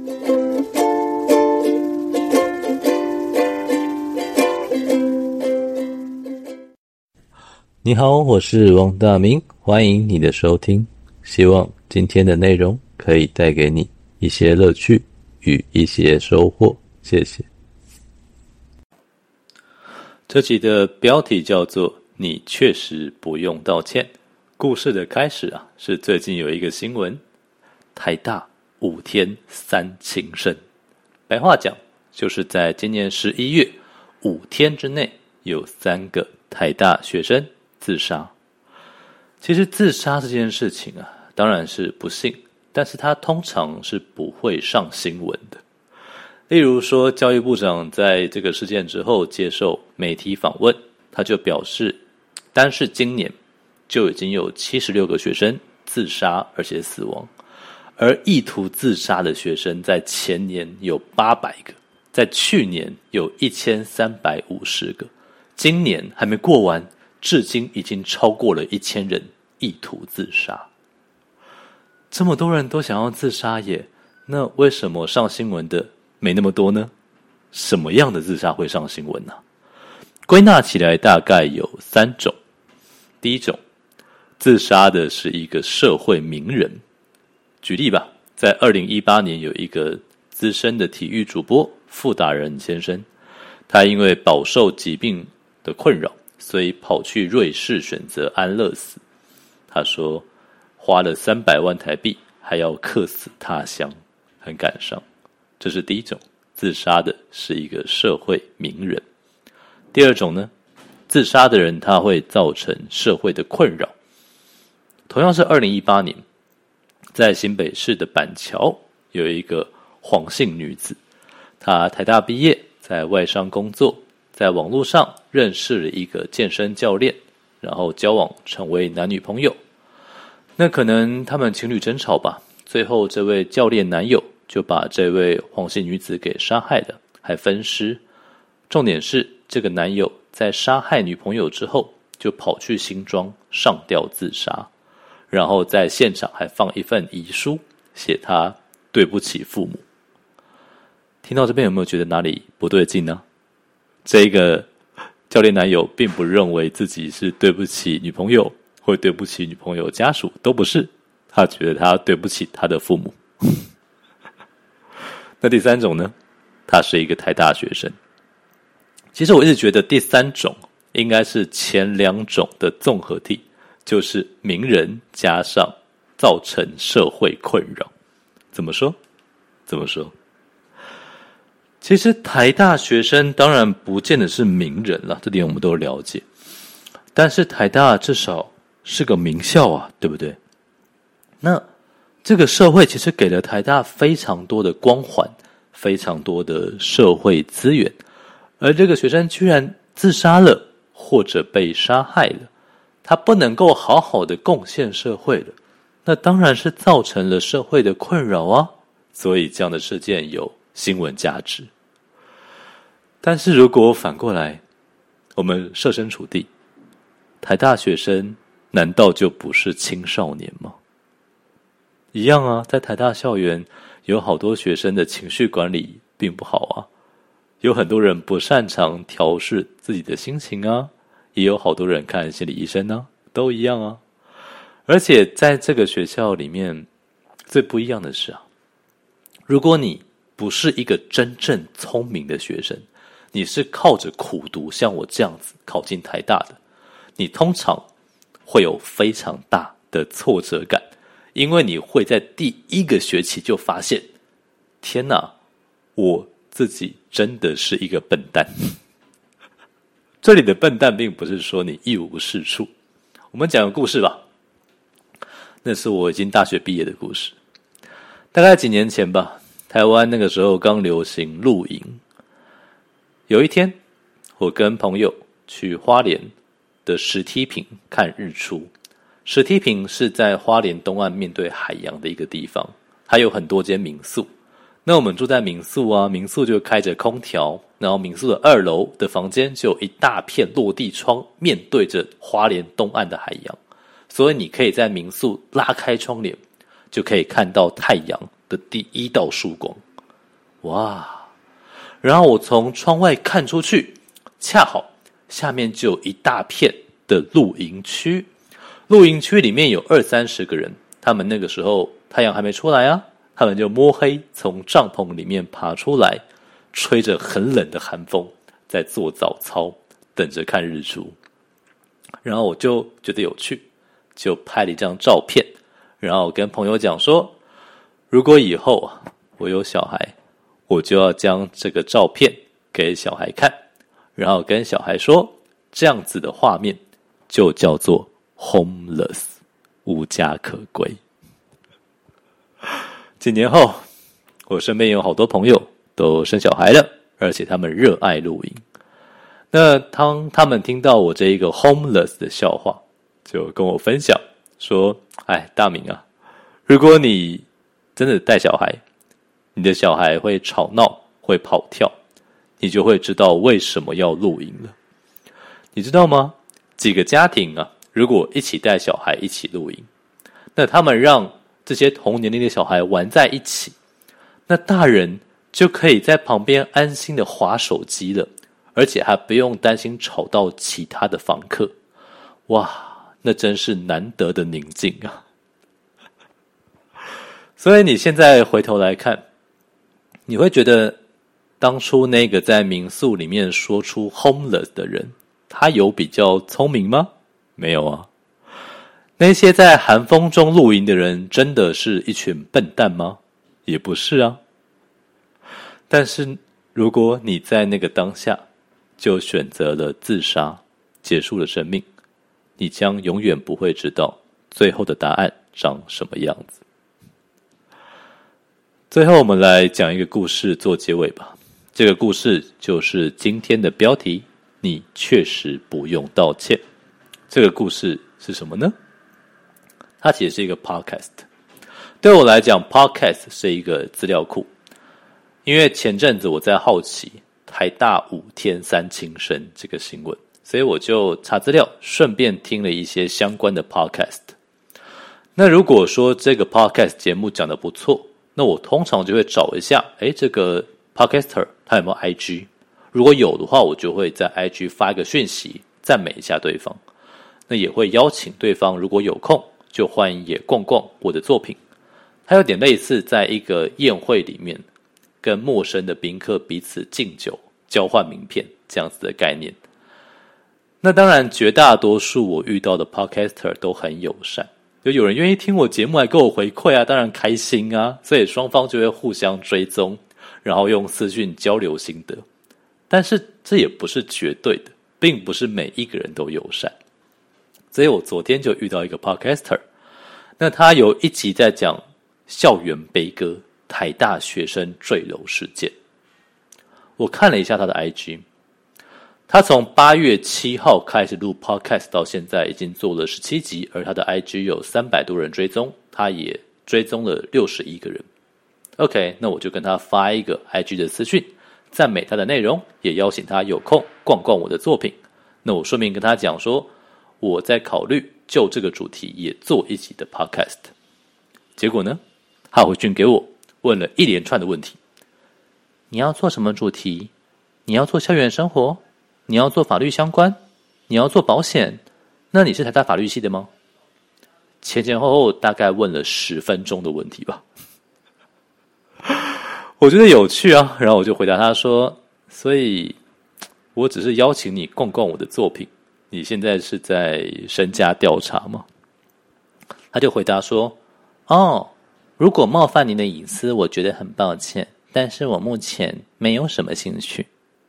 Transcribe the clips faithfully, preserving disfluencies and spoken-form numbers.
你好，我是王大明，欢迎你的收听。希望今天的内容可以带给你一些乐趣与一些收获，谢谢。这集的标题叫做你确实不用道歉。故事的开始啊，是最近有一个新闻，台大五天三轻生。白话讲，就是在今年十一月五天之内，有三个台大学生自杀。其实自杀这件事情啊，当然是不幸，但是它通常是不会上新闻的。例如说，教育部长在这个事件之后接受媒体访问，他就表示，单是今年就已经有七十六个学生自杀而且死亡，而意图自杀的学生在前年有八百个，在去年有一千三百五十个，今年还没过完，至今已经超过了一千人意图自杀。这么多人都想要自杀耶，那为什么上新闻的没那么多呢？什么样的自杀会上新闻呢？归纳起来大概有三种。第一种，自杀的是一个社会名人。举例吧，在二零一八年有一个资深的体育主播傅达人先生，他因为饱受疾病的困扰，所以跑去瑞士选择安乐死。他说花了三百万台币还要客死他乡，很感伤。这是第一种，自杀的是一个社会名人。第二种呢，自杀的人他会造成社会的困扰。同样是二零一八年，在新北市的板桥有一个黄姓女子，她台大毕业，在外商工作，在网络上认识了一个健身教练，然后交往成为男女朋友。那可能他们情侣争吵吧，最后这位教练男友就把这位黄姓女子给杀害了，还分尸。重点是这个男友在杀害女朋友之后，就跑去新庄上吊自杀，然后在现场还放一份遗书，写他对不起父母。听到这边有没有觉得哪里不对劲呢？这个教练男友并不认为自己是对不起女朋友，或对不起女朋友家属，都不是，他觉得他对不起他的父母。那第三种呢，他是一个台大学生。其实我一直觉得第三种应该是前两种的综合体，就是名人加上造成社会困扰。怎么说？怎么说？其实台大学生当然不见得是名人了，这点我们都了解。但是台大至少是个名校啊，对不对？那这个社会其实给了台大非常多的光环，非常多的社会资源，而这个学生居然自杀了，或者被杀害了，他不能够好好的贡献社会了，那当然是造成了社会的困扰啊，所以这样的事件有新闻价值。但是如果反过来，我们设身处地，台大学生难道就不是青少年吗？一样啊，在台大校园有好多学生的情绪管理并不好啊，有很多人不擅长调适自己的心情啊，也有好多人看心理医生啊，都一样啊。而且在这个学校里面，最不一样的是啊，如果你不是一个真正聪明的学生，你是靠着苦读像我这样子考进台大的，你通常会有非常大的挫折感，因为你会在第一个学期就发现，天哪，我自己真的是一个笨蛋。这里的笨蛋并不是说你一无是处。我们讲个故事吧，那是我已经大学毕业的故事。大概几年前吧，台湾那个时候刚流行露营。有一天，我跟朋友去花莲的石梯坪看日出。石梯坪是在花莲东岸面对海洋的一个地方，它有很多间民宿。那我们住在民宿啊，民宿就开着空调，然后民宿的二楼的房间就有一大片落地窗，面对着花莲东岸的海洋，所以你可以在民宿拉开窗帘，就可以看到太阳的第一道曙光。 哇！然后我从窗外看出去，恰好下面就有一大片的露营区。露营区里面有二三十个人，他们那个时候太阳还没出来啊，他们就摸黑从帐篷里面爬出来，吹着很冷的寒风，在做早操，等着看日出。然后我就觉得有趣，就拍了一张照片，然后跟朋友讲说，如果以后啊我有小孩，我就要将这个照片给小孩看，然后跟小孩说，这样子的画面就叫做 homeless， 无家可归。几年后，我身边有好多朋友都生小孩了，而且他们热爱露营。那当他们听到我这一个 homeless 的笑话，就跟我分享说，哎，大明啊，如果你真的带小孩，你的小孩会吵闹，会跑跳，你就会知道为什么要露营了。你知道吗？几个家庭啊，如果一起带小孩一起露营，那他们让这些同年龄的小孩玩在一起，那大人就可以在旁边安心的滑手机了，而且还不用担心吵到其他的房客。哇，那真是难得的宁静啊！所以你现在回头来看，你会觉得当初那个在民宿里面说出 homeless 的人，他有比较聪明吗？没有啊。那些在寒风中露营的人，真的是一群笨蛋吗？也不是啊。但是如果你在那个当下就选择了自杀，结束了生命，你将永远不会知道最后的答案长什么样子。最后我们来讲一个故事做结尾吧。这个故事就是今天的标题，你确实不用道歉。这个故事是什么呢？它其实是一个 podcast。 对我来讲 podcast 是一个资料库，因为前阵子我在好奇台大五天三轻生这个新闻，所以我就查资料，顺便听了一些相关的 podcast。 那如果说这个 podcast 节目讲得不错，那我通常就会找一下，诶，这个 podcaster 他有没有 I G， 如果有的话，我就会在 I G 发一个讯息，赞美一下对方。那也会邀请对方，如果有空，就欢迎也逛逛我的作品。它有点类似在一个宴会里面，跟陌生的宾客彼此敬酒，交换名片这样子的概念。那当然，绝大多数我遇到的 podcaster 都很友善，就有人愿意听我节目来给我回馈啊，当然开心啊，所以双方就会互相追踪，然后用私讯交流心得。但是这也不是绝对的，并不是每一个人都友善。所以我昨天就遇到一个 podcaster， 那他有一集在讲校园悲歌，台大学生坠楼事件。我看了一下他的 I G， 他从八月七号开始录 podcast 到现在已经做了十七集，而他的 I G 有三百多人追踪，他也追踪了六十一个人。 OK， 那我就跟他发一个 I G 的私讯，赞美他的内容，也邀请他有空逛逛我的作品。那我顺便跟他讲说，我在考虑就这个主题也做一集的 podcast。 结果呢，他回讯给我，问了一连串的问题。你要做什么主题？你要做校园生活？你要做法律相关？你要做保险？那你是台大法律系的吗？前前后后大概问了十分钟的问题吧。我觉得有趣啊，然后我就回答他说，所以我只是邀请你逛逛我的作品，你现在是在身家调查吗？他就回答说，哦，如果冒犯您的隐私，我觉得很抱歉，但是我目前没有什么兴趣。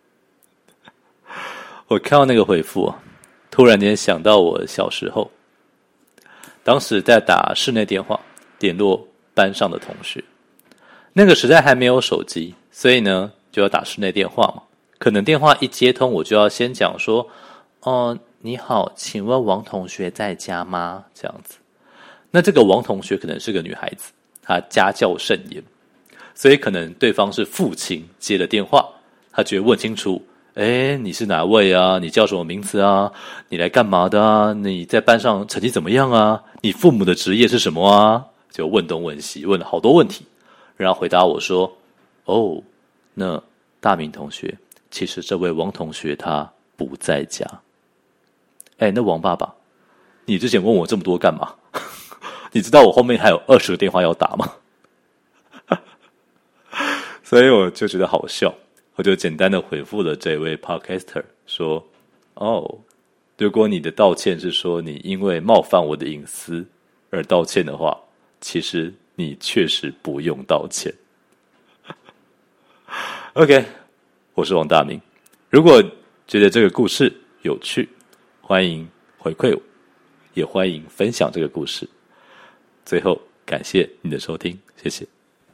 我看到那个回复啊，突然间想到我小时候，当时在打室内电话联络班上的同学。那个时代还没有手机，所以呢就要打室内电话嘛。可能电话一接通，我就要先讲说，哦，你好，请问王同学在家吗？这样子。那这个王同学可能是个女孩子，她家教甚严，所以可能对方是父亲接了电话，他觉得问清楚，诶，你是哪位啊？你叫什么名字啊？你来干嘛的啊？你在班上成绩怎么样啊？你父母的职业是什么啊？就问东问西，问了好多问题，然后回答我说，哦， 那大明同学，其实这位王同学他不在家。哎，那王爸爸，你之前问我这么多干嘛？你知道我后面还有二十个电话要打吗？所以我就觉得好笑，我就简单的回复了这位 podcaster 说：哦，如果你的道歉是说你因为冒犯我的隐私而道歉的话，其实你确实不用道歉。OK， 我是王大明。如果觉得这个故事有趣，欢迎回馈我，也欢迎分享这个故事。最后，感谢你的收听，谢谢。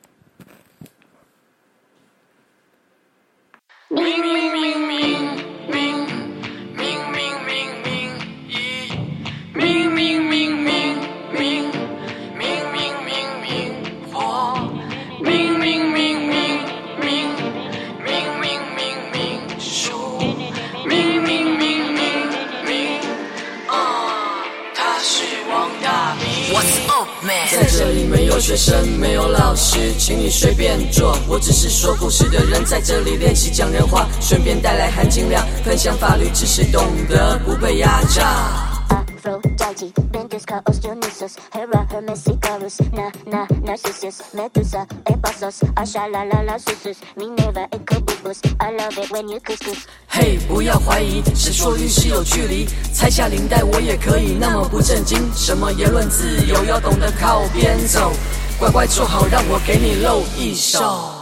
明明明明明明明明明一，明明明明明明明明明我，明明明明明明明明明数，明明明明明啊，他是王大明。What's up, man？ 在这里没有学生，没有老师，请你随便做。我只是说故事的人，在这里练习讲人话，顺便带来含金量，分享法律知识，懂得不被压榨。Aphrodite, Ventus, Chaos, Dionysus, Hera, Hermes, Icarus, Na, Na, Narcissus, Medusa, Ephasos, Ashalalala, Susus, Minerva, Ecobubus, I love it when you couscous. 嘿，不要怀疑，是说律师有距离，拆下领带我也可以那么不正经。什么言论自由，要懂得靠边走，乖乖坐好，让我给你露一手。